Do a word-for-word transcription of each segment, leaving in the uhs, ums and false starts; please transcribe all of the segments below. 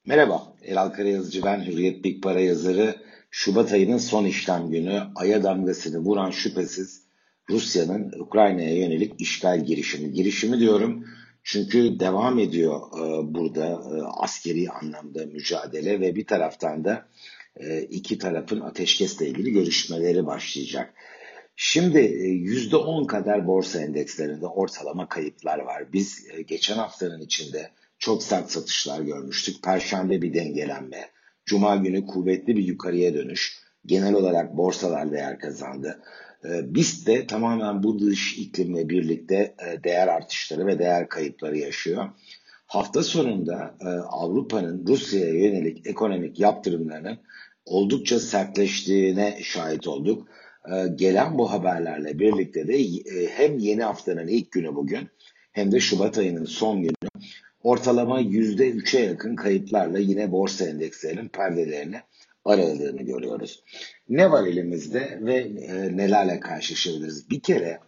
Merhaba, Elal Karayazıcı ben, Hürriyet Big Para yazarı. Şubat ayının son işlem günü Ay'a damgasını vuran şüphesiz Rusya'nın Ukrayna'ya yönelik işgal girişimi. Girişimi diyorum çünkü devam ediyor e, burada e, askeri anlamda mücadele ve bir taraftan da e, iki tarafın ateşkesle ilgili görüşmeleri başlayacak. Şimdi e, yüzde on kadar borsa endekslerinde ortalama kayıplar var. Biz e, geçen haftanın içinde çok sert satışlar görmüştük. Perşembe bir dengelenme, Cuma günü kuvvetli bir yukarıya dönüş. Genel olarak borsalar değer kazandı. E, BIST de tamamen bu dış iklimle birlikte e, değer artışları ve değer kayıpları yaşıyor. Hafta sonunda e, Avrupa'nın Rusya'ya yönelik ekonomik yaptırımlarının oldukça sertleştiğine şahit olduk. E, gelen bu haberlerle birlikte de e, hem yeni haftanın ilk günü bugün hem de Şubat ayının son günü ortalama yüzde üçe yakın kayıplarla yine borsa endekslerinin perdelerini araladığını görüyoruz. Ne var elimizde ve e, nelerle karşılaşabiliriz? Bir kere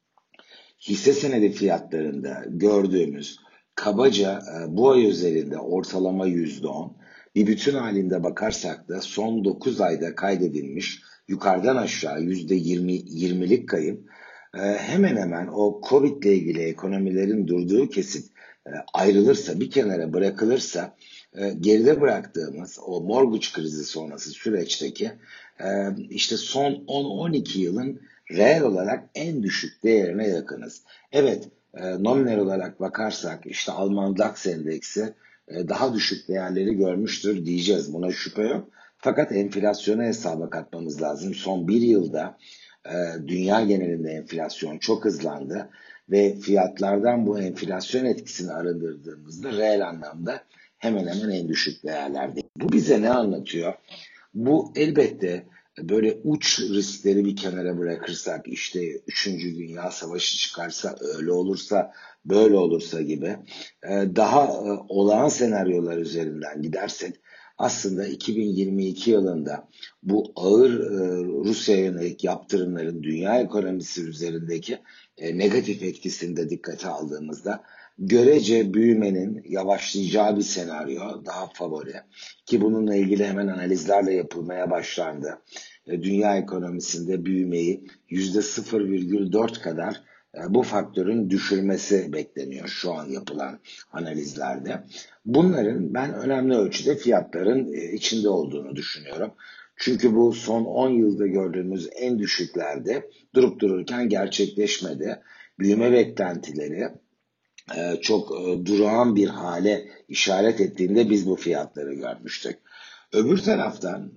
hisse senedi fiyatlarında gördüğümüz kabaca e, bu ay özelinde ortalama yüzde on, bir bütün halinde bakarsak da son dokuz ayda kaydedilmiş yukarıdan aşağı yüzde yirmi yirmilik kayıp e, hemen hemen o Covid ile ilgili ekonomilerin durduğu kesit e, ayrılırsa, bir kenara bırakılırsa e, geride bıraktığımız o mortgage krizi sonrası süreçteki e, işte son on on iki yılın reel olarak en düşük değerine yakınız. Evet, e, nominal olarak bakarsak işte Alman DAX endeksi e, daha düşük değerleri görmüştür diyeceğiz. Buna şüphe yok. Fakat enflasyonu hesaba katmamız lazım. Son bir yılda e, dünya genelinde enflasyon çok hızlandı ve fiyatlardan bu enflasyon etkisini arındırdığımızda reel anlamda hemen hemen en düşük değerlerde. Bu bize ne anlatıyor? Bu elbette böyle uç riskleri bir kenara bırakırsak, işte üçüncü Dünya Savaşı çıkarsa, öyle olursa, böyle olursa gibi daha olağan senaryolar üzerinden gidersek aslında iki bin yirmi iki yılında bu ağır Rusya'ya yönelik yaptırımların dünya ekonomisi üzerindeki negatif etkisini de dikkate aldığımızda görece büyümenin yavaşlayacağı bir senaryo daha favori, ki bununla ilgili hemen analizlerle yapılmaya başlandı. Dünya ekonomisinde büyümeyi yüzde sıfır virgül dört kadar bu faktörün düşürmesi bekleniyor şu an yapılan analizlerde. Bunların ben önemli ölçüde fiyatların içinde olduğunu düşünüyorum. Çünkü bu son on yılda gördüğümüz en düşüklerde durup dururken gerçekleşmedi. Büyüme beklentileri çok durağan bir hale işaret ettiğinde biz bu fiyatları görmüştük. Öbür taraftan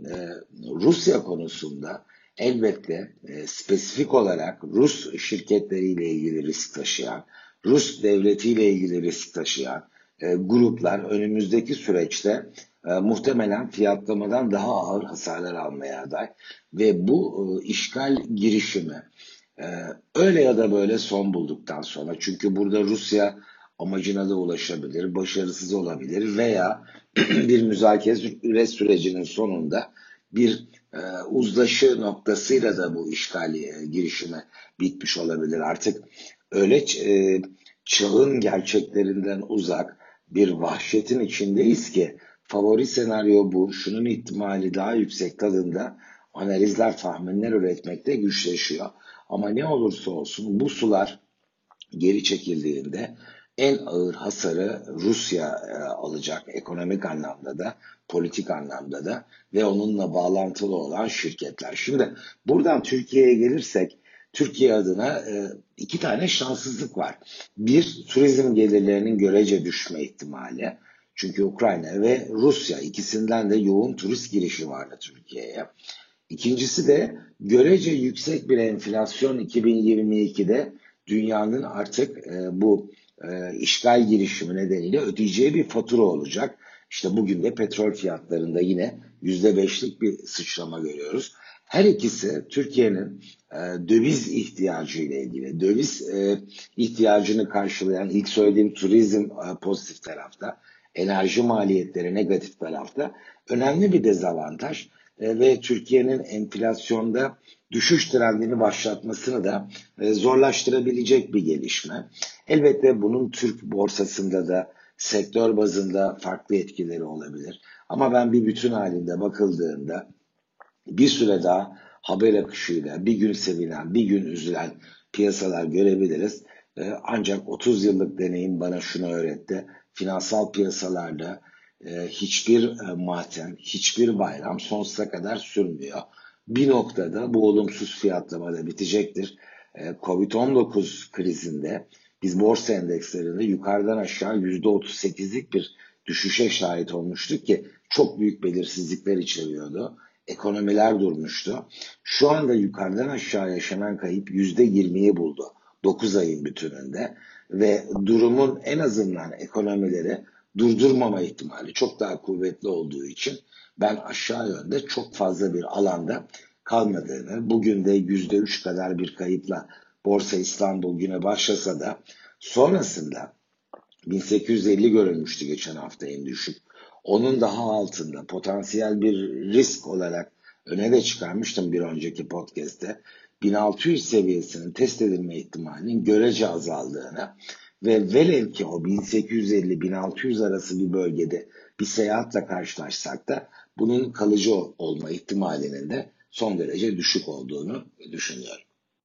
Rusya konusunda elbette spesifik olarak Rus şirketleriyle ilgili risk taşıyan, Rus devletiyle ilgili risk taşıyan gruplar önümüzdeki süreçte muhtemelen fiyatlamadan daha ağır hasarlar almaya aday ve bu işgal girişimi Ee, öyle ya da böyle son bulduktan sonra, çünkü burada Rusya amacına da ulaşabilir, başarısız olabilir veya bir müzakere sürecinin sonunda bir e, uzlaşı noktasıyla da bu işgal e, girişimi bitmiş olabilir. Artık öyle e, çağın gerçeklerinden uzak bir vahşetin içindeyiz ki favori senaryo bu. Şunun ihtimali daha yüksek tadında analizler, tahminler üretmekte güçleşiyor. Ama ne olursa olsun bu sular geri çekildiğinde en ağır hasarı Rusya e, alacak, ekonomik anlamda da, politik anlamda da ve onunla bağlantılı olan şirketler. Şimdi buradan Türkiye'ye gelirsek, Türkiye adına e, iki tane şanssızlık var. Bir, turizm gelirlerinin görece düşme ihtimali. Çünkü Ukrayna ve Rusya ikisinden de yoğun turist girişi vardı Türkiye'ye. İkincisi de görece yüksek bir enflasyon iki bin yirmi ikide dünyanın artık e, bu e, işgal girişimi nedeniyle ödeyeceği bir fatura olacak. İşte bugün de petrol fiyatlarında yine yüzde beşlik bir sıçrama görüyoruz. Her ikisi Türkiye'nin e, döviz ihtiyacı ile ilgili. Döviz e, ihtiyacını karşılayan, ilk söylediğim turizm e, pozitif tarafta, enerji maliyetleri negatif tarafta önemli bir dezavantaj e, ve Türkiye'nin enflasyonda düşüş trendini başlatmasını da e, zorlaştırabilecek bir gelişme. Elbette bunun Türk borsasında da Sektör bazında farklı etkileri olabilir. Ama ben bir bütün halinde bakıldığında bir süre daha haber akışıyla bir gün sevinen, bir gün üzülen piyasalar görebiliriz. Ee, ancak otuz yıllık deneyim bana şunu öğretti. Finansal piyasalarda e, hiçbir e, matem, hiçbir bayram sonsuza kadar sürmüyor. Bir noktada bu olumsuz fiyatlama da bitecektir. E, Covid on dokuz krizinde biz borsa endekslerinde yukarıdan aşağı yüzde otuz sekizlik bir düşüşe şahit olmuştuk ki çok büyük belirsizlikler içeriyordu. Ekonomiler durmuştu. Şu anda yukarıdan aşağı yaşanan kayıp yüzde yirmiyi buldu dokuz ayın bütününde ve durumun en azından ekonomileri durdurmama ihtimali çok daha kuvvetli olduğu için ben aşağı yönde çok fazla bir alanda kalmadığını, bugün de yüzde üç kadar bir kayıpla Borsa İstanbul güne başlasa da sonrasında bin sekiz yüz elli görülmüştü geçen hafta en düşük. Onun daha altında potansiyel bir risk olarak öne de çıkarmıştım bir önceki podcast'te. bin altı yüz seviyesinin test edilme ihtimalinin görece azaldığını ve velev ki o bin sekiz yüz elli bin altı yüz arası bir bölgede bir seyahatle karşılaşsak da bunun kalıcı olma ihtimalinin de son derece düşük olduğunu düşünüyorum.